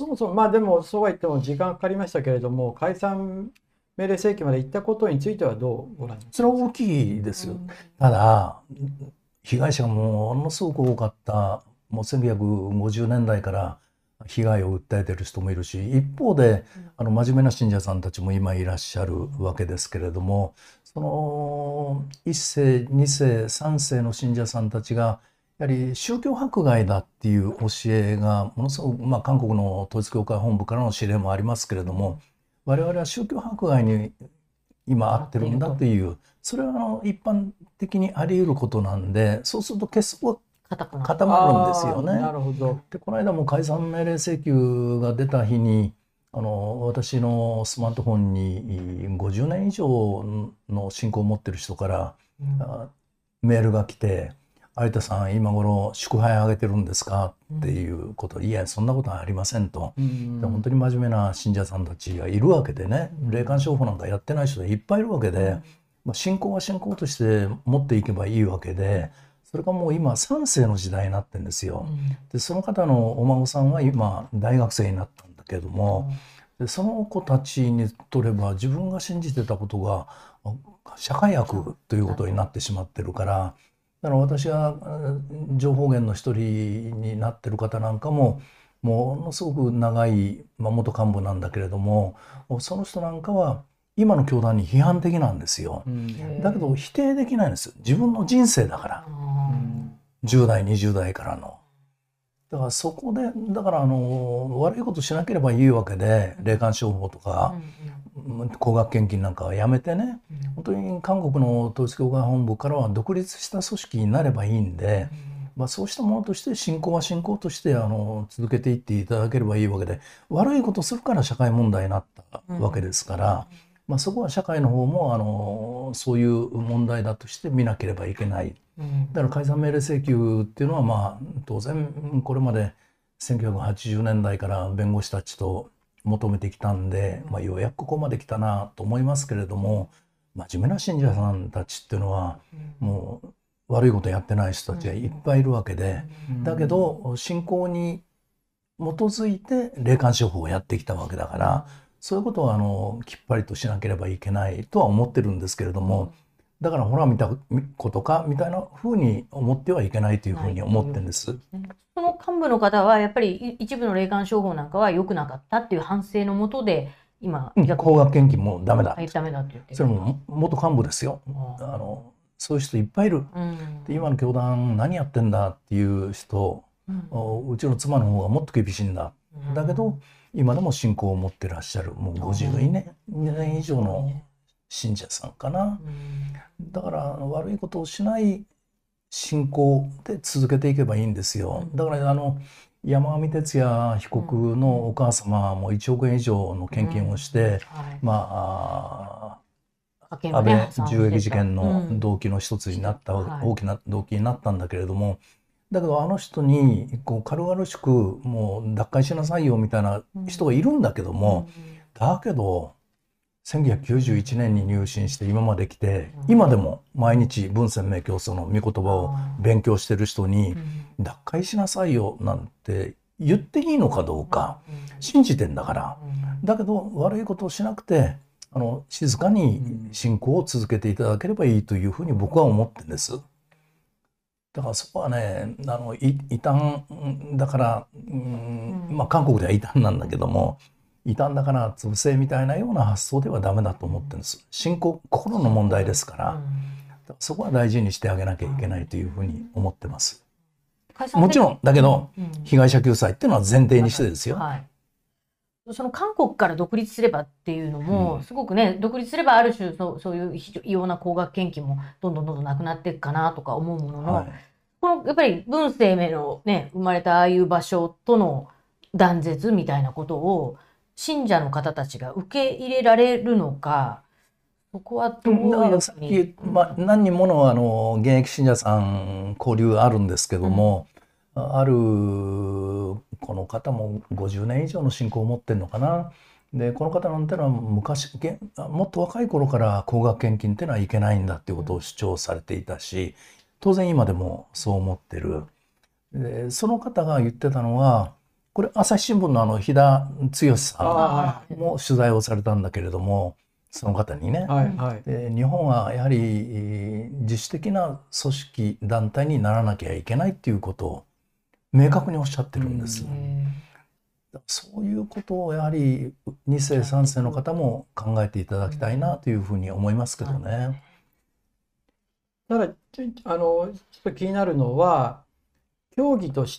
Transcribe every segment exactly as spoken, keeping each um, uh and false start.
そもそも、まあでも、そうは言っても時間かかりましたけれども、解散命令請求まで行ったことについてはどうご覧になってそれはますか？ 大きいですよ。 うん、 ただ、被害者がものすごく多かった、もうせんきゅうひゃくごじゅうねんだいから被害を訴えている人もいるし、一方で、あの真面目な信者さんたちも今いらっしゃるわけですけれども、そのいっ世、に世、さん世の信者さんたちが、やはり宗教迫害だっていう教えがものすごく、まあ、韓国の統一教会本部からの指令もありますけれども、我々は宗教迫害に今合ってるんだという、それはあの一般的にあり得ることなんで、そうすると結束が硬くなる。 固まるんですああ、なよね。 るほど。 で、この間も解散命令請求が出た日に、あの私のスマートフォンにごじゅうねん以上の信仰を持ってる人から、あメールが来て、有田さん、今頃祝杯あげてるんですかっていうこと、いや、そんなことはありませんと。 うんで本当に真面目な信者さんたちがいるわけでね、霊感商法なんかやってない人がいっぱいいるわけで、まあ、信仰は信仰として持っていけばいいわけで、それがもう今さん世の時代になってるんですよ。で、その方のお孫さんは今大学生になったんだけども、でその子たちにとれば自分が信じてたことが社会悪ということになってしまってるから、だから私が情報源の一人になってる方なんかもものすごく長い、まあ、元幹部なんだけれども、その人なんかは今の教団に批判的なんですよ。 うん、 だけど否定できないんです。自分の人生だから。じゅう代にじゅう代からの。だからそこでだからあの悪いことしなければいいわけで、霊感商法とか高額献金なんかはやめてね、本当に韓国の統一教会本部からは独立した組織になればいいんで、まあ、そうしたものとして信仰は信仰としてあの続けていっていただければいいわけで、悪いことするから社会問題になったわけですから、まあ、そこは社会の方もあのそういう問題だとして見なければいけない。だから解散命令請求っていうのは、まあ当然これまでせんきゅうひゃくはちじゅうねんだいから弁護士たちと求めてきたんで、まあ、ようやくここまで来たなと思いますけれども、真面目な信者さんたちっていうのはもう悪いことやってない人たちがいっぱいいるわけで、だけど信仰に基づいて霊感商法をやってきたわけだから、そういうことはあのきっぱりとしなければいけないとは思ってるんですけれども、だからほら見たことかみたいなふうに思ってはいけないというふうに思ってるんです。 その幹部の方はやっぱり一部の霊感商法なんかは良くなかったっていう反省のもとで今、 うん、高額献金もダメだ。 ダメだって言ってる。 それも元幹部ですよ。あのそういう人いっぱいいる。で今の教団何やってんだっていう人、うちの妻の方がもっと厳しいんだ。だけど今でも信仰を持ってらっしゃる、もうごじゅうねん以上の信者さんかな。だから悪いことをしない信仰で続けていけばいいんですよ。だからあの山上徹也被告のお母様もいちおくえん以上の献金をして、まあ安倍銃撃事件の動機の一つになった、大きな動機になったんだけれども、だけどあの人にこう軽々しくもう脱会しなさいよみたいな人がいるんだけども、だけどせんきゅうひゃくきゅうじゅういちねんに入信して今まで来て、今でも毎日文鮮明教祖の御言葉を勉強してる人に脱会しなさいよなんて言っていいのかどうか、信じてんだから。だけど悪いことをしなくてあの静かに信仰を続けていただければいいというふうに僕は思ってるんです。だからそこはね、あの異端だから、うん、まあ韓国では異端なんだけども、異端だから潰せみたいなような発想ではダメだと思ってるんです。信仰、心の問題ですから、からそこは大事にしてあげなきゃいけないというふうに思ってます。もちろんだけど、被害者救済っていうのは前提にしてですよ。はい、 その韓国から独立すればっていうのも、うん、すごくね、独立すればある種そう、そういう異様な高額献金もどんどんどんどんなくなっていくかなとか思うものの、はい、このやっぱり文鮮明のね、生まれたああいう場所との断絶みたいなことを信者の方たちが受け入れられるのか、そこはどういうふうに。 さっき、まあ、何人ものあの現役信者さん交流あるんですけども、うん、あるこの方もごじゅうねん以上の信仰を持ってるのかな。でこの方なんてのは昔もっと若い頃から高額献金っていうのはいけないんだっていうことを主張されていたし、当然今でもそう思ってる。でその方が言ってたのは、 これ朝日新聞のあの飛田剛さあんも取材をされたんだけれども、その方にね、 はいはい。 で日本はやはりえー自主的な組織団体にならなきゃいけないっていうことを明確におっしゃってるんです。そういうことをやはりに世さん世の方も考えていただきたいなというふうに思いますけどね。 ただ、ちょあの、ちょっと気になるのは、競技として、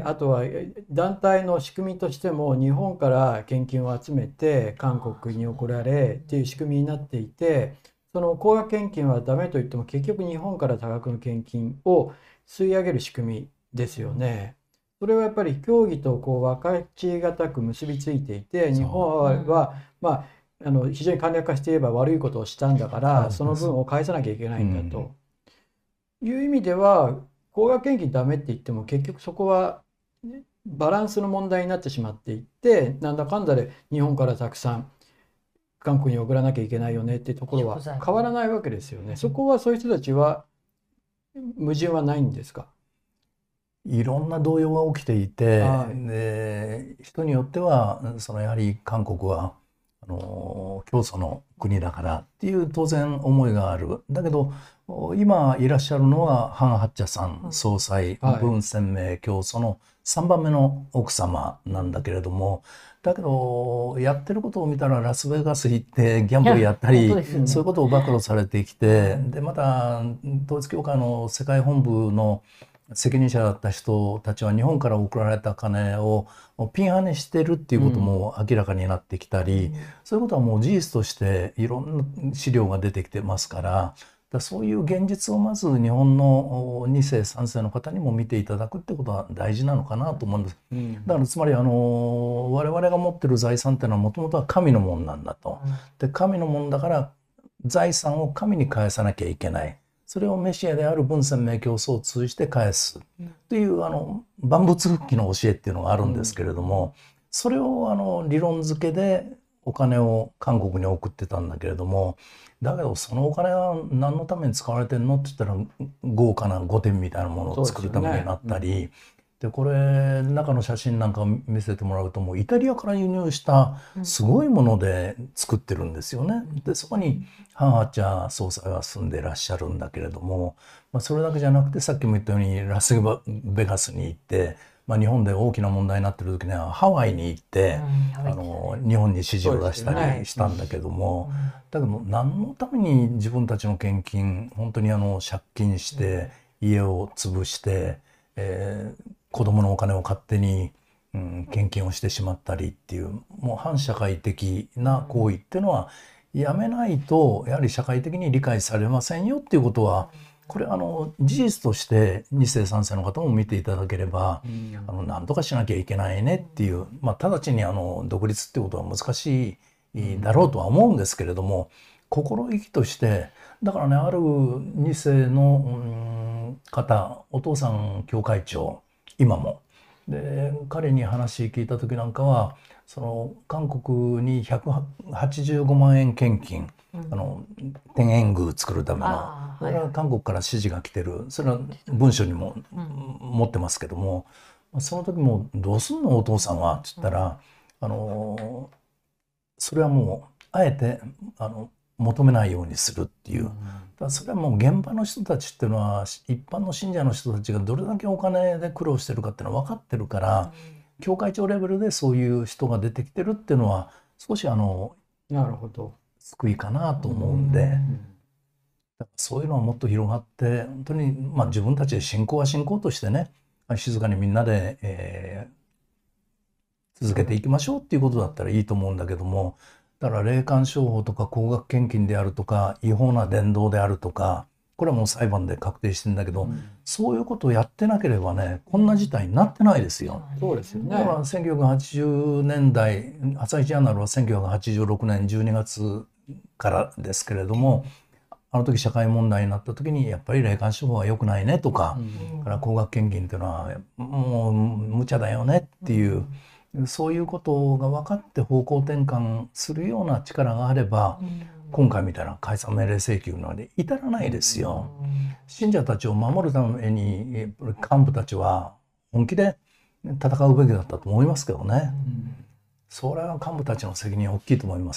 あとはえ団体の仕組みとしても、日本から献金を集めて、韓国に送られっていう仕組みになっていて、その高額献金はダメと言っても、結局日本から多額の献金を吸い上げる仕組みですよね。それはやっぱり競技とこう分かちがたく結びついていて、日本は、まあ、あの非常に簡略化して言えば悪いことをしたんだから、その分を返さなきゃいけないんだという意味では、高額献金ダメって言っても結局そこはバランスの問題になってしまっていって、なんだかんだで日本からたくさん韓国に送らなきゃいけないよねっていうところは変わらないわけですよね。そこはそういう人たちは矛盾はないんですか？ いろんな動揺が起きていて、 はい、 で人によってはそのやはり韓国はあの教祖の国だからっていう当然思いがある。だけど今いらっしゃるのはハン・ハッチャさん総裁、 はい、 文鮮明教祖のさんばんめの奥様なんだけれども、だけどやってることを見たらラスベガス行ってギャンブルやったり、 いや本当ですよね。 そういうことを暴露されてきて、でまた統一教会の世界本部の責任者だった人たちは日本から送られた金をピンハネしてるっていうことも明らかになってきたり、 うんそういうことはもう事実としていろんな資料が出てきてますから、だそういう現実をまず日本のに世さん世の方にも見ていただくってことは大事なのかなと思うんです。 うん、 だからつまりあの我々が持ってる財産っていうのはもともとは神のものなんだと。で神のものだから財産を神に返さなきゃいけない。それをメシアである文鮮明教祖を通じて返すというあの万物復帰の教えっていうのがあるんですけれども、それをあの理論付けでお金を韓国に送ってたんだけれども、だけどそのお金は何のために使われてるのって言ったら豪華な御殿みたいなものを作るためになったり、でこれ中の写真なんか見せてもらうともうイタリアから輸入したすごいもので作ってるんですよね。でそこにハン・ハッチャ総裁は住んでいらっしゃるんだけれども、まあ、それだけじゃなくてさっきも言ったようにラスベガスに行って、まあ、日本で大きな問題になってる時にはハワイに行って、うん、あの日本に指示を出したりしたんだけども、だけど何のために自分たちの献金本当にあの借金して家を潰して、えー子供のお金を勝手に、うん、献金をしてしまったりっていうもう反社会的な行為っていうのはやめないとやはり社会的に理解されませんよっていうことはこれあの事実としてに世さん世の方も見ていただければ、うん、あの何とかしなきゃいけないねっていう、まあ、直ちにあの独立っていうことは難しいだろうとは思うんですけれども、心意気としてだからねあるに世の、うん、方お父さん教会長今もで彼に話聞いた時なんかはその韓国にひゃくはちじゅうごまんえん献金、うん、あの天苑宮作るためのそれは韓国から指示が来てる、それは文書にも持ってますけども、うん、その時も「どうすんのお父さんは」って言ったら、うん、あのそれはもうあえてあの求めないようにするっていう。うん、だからそれはもう現場の人たちっていうのは一般の信者の人たちがどれだけお金で苦労してるかっていうのは分かってるから、うん、教会長レベルでそういう人が出てきてるっていうのは少しあのなるほど救いかなと思うんで、うん、だからそういうのはもっと広がって本当に、まあ、自分たちで信仰は信仰としてね静かにみんなで、えー、続けていきましょうっていうことだったらいいと思うんだけども。だから霊感商法とか高額献金であるとか違法な伝道であるとかこれはもう裁判で確定してるんだけど、うん、そういうことをやってなければねこんな事態になってないですよ。 そうですよね。 だからせんきゅうひゃくはちじゅうねんだい朝日ジャーナルはせんきゅうひゃくはちじゅうろくねんじゅうにがつからですけれども、あの時社会問題になった時にやっぱり霊感商法は良くないねとか、うん、から高額献金っていうのはもう無茶だよねっていう。うんそういうことが分かって方向転換するような力があれば、うん、今回みたいな解散命令請求まで至らないですよ。うん、信者たちを守るために幹部たちは本気で戦うべきだったと思いますけどね。 うん、 それは幹部たちの責任は大きいと思います。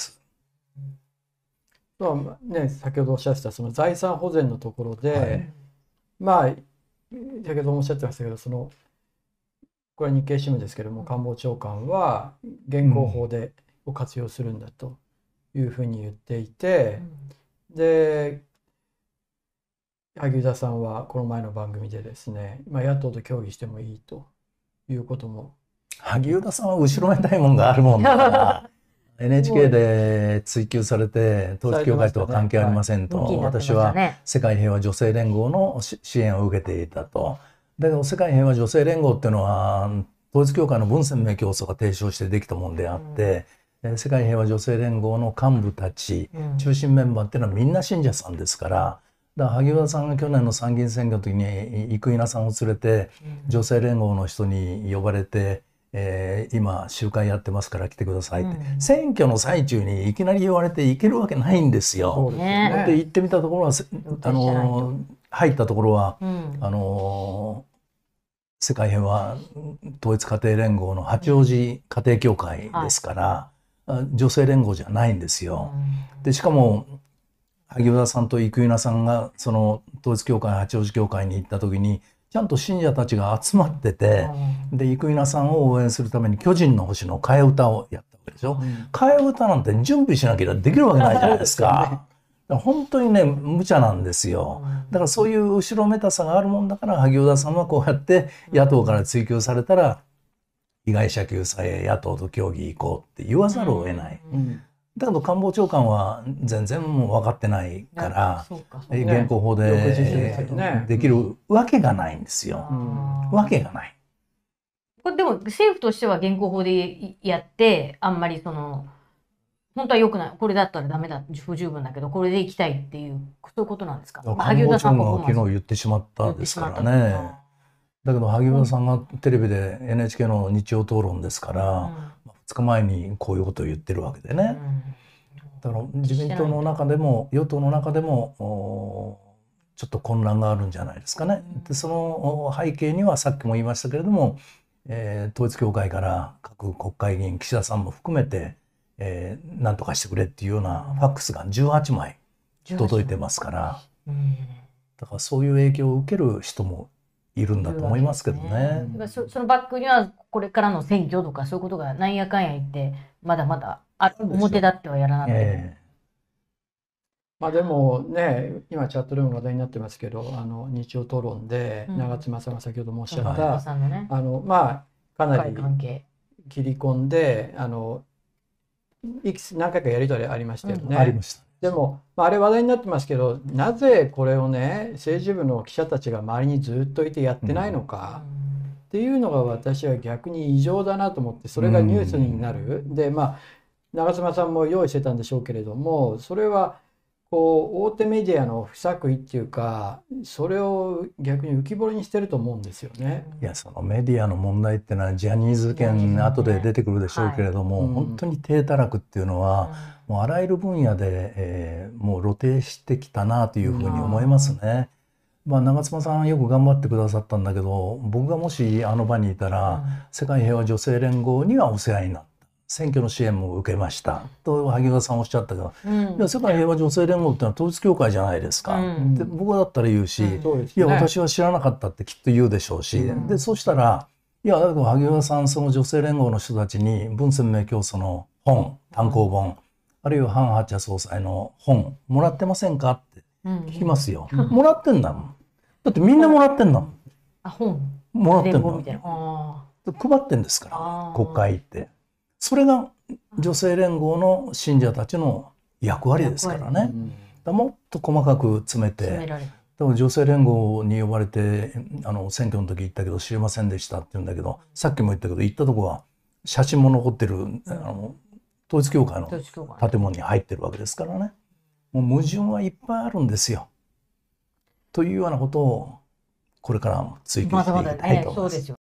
まあね、先ほどおっしゃってたその財産保全のところで、はい、まあ先ほどもおっしゃってましたけど、そのこれは日経新聞ですけども、官房長官は現行法でを活用するんだというふうに言っていて、うん、で萩生田さんはこの前の番組でですね、まあ、野党と協議してもいいということも。 萩生田さんは後ろめたいもんがあるもんだからエヌエイチケー で追及されて統一教会とは関係ありませんと、ね、はい、私は世界平和女性連合の支援を受けていたと。だけど世界平和女性連合っていうのは統一教会の文鮮明教祖が提唱してできたもんであって、うん、世界平和女性連合の幹部たち、うん、中心メンバーっていうのはみんな信者さんですから。だから萩生田さんが去年の参議院選挙の時に生稲さんを連れて女性連合の人に呼ばれて、えー、今集会やってますから来てくださいって、うん、選挙の最中にいきなり言われて行けるわけないんですよ。そうですね。で行ってみたところはあの入ったところは、うん、あの世界平和統一家庭連合の八王子家庭教会ですから、うん、はい、女性連合じゃないんですよ。うん、でしかも萩生田さんと生稲さんがその統一教会八王子教会に行った時にちゃんと信者たちが集まってて、うん、で生稲さんを応援するために巨人の星の替え歌をやったわけでしょ。うん、替え歌なんて準備しなければできるわけないじゃないですか。本当にね無茶なんですよ。だからそういう後ろめたさがあるもんだから萩生田さんはこうやって野党から追及されたら被害者救済へ野党と協議行こうって言わざるを得ない。うん、だけど官房長官は全然もう分かってないから現行法でできるわけがないんですよ。わけがない。 これでも政府としては現行法でやってあんまりその本当は良くない、これだったらダメだ、不十分だけどこれでいきたいっていうそういうことなんですか。 官房長官は昨日言ってしまったですからね。だけど萩生田さんがテレビで エヌエイチケー の日曜討論ですから、うん、ふつかまえにこういうことを言ってるわけでね。だから自民党の中でも与党の中でもちょっと混乱があるんじゃないですかね。でその背景にはさっきも言いましたけれども、えー、統一教会から各国会議員岸田さんも含めて、えー、何とかしてくれっていうようなファックスがじゅうはちまい届いてますから、だからそういう影響を受ける人もいるんだと思いますけどね。 ね、そ, そのバックにはこれからの選挙とかそういうことがなんやかんや言ってまだまだあ表立ってはやらなくても、えーまあでもね、今チャットルーム話題になってますけど、あの日曜討論で長妻さんが先ほどもおっしゃった、うん、ね、あのまあかなり切り込んで、あのいくつ何回かやり取りありましたよね。うん、 ありました。 でも、まあ、あれ話題になってますけど、なぜこれをね政治部の記者たちが周りにずっといてやってないのか、うん、っていうのが私は逆に異常だなと思って、それがニュースになる。うん、でまあ長妻さんも用意してたんでしょうけれども、それはこう大手メディアの不作為っていうか、それを逆に浮き彫りにしてると思うんですよね。 いや、そのメディアの問題っていうのはジャニーズ件後で出てくるでしょうけれども、はい、うん、本当に体たらくっていうのは、うん、もうあらゆる分野で、えー、もう露呈してきたなというふうに思いますね。うん、まあ、長妻さんよく頑張ってくださったんだけど、僕がもしあの場にいたら、うん、世界平和女性連合にはお世話になった。選挙の支援も受けましたと萩生田さんおっしゃったけど、うん、いや世界平和女性連合ってのは統一教会じゃないですか、うん、で僕だったら言うし、うん、いや私は知らなかったってきっと言うでしょうし、うん、でそうしたらいやだけど萩生田さんその女性連合の人たちに文鮮明教祖の本単行本、うん、あるいはハン・ハッチャ総裁の本もらってませんかって聞きますよ、うん、もらってんだもん。だってみんなもらってんだもん。 あ、本もらってんだ。配ってんですから国会行って。それが女性連合の信者たちの役割ですからね。だもっと細かく詰めて、でも女性連合に呼ばれてあの選挙の時行ったけど知りませんでしたって言うんだけど、さっきも言ったけど行ったとこは写真も残ってるあの統一教会の建物に入ってるわけですからね。もう矛盾はいっぱいあるんですよ。というようなことをこれからも追求していきたいと思います。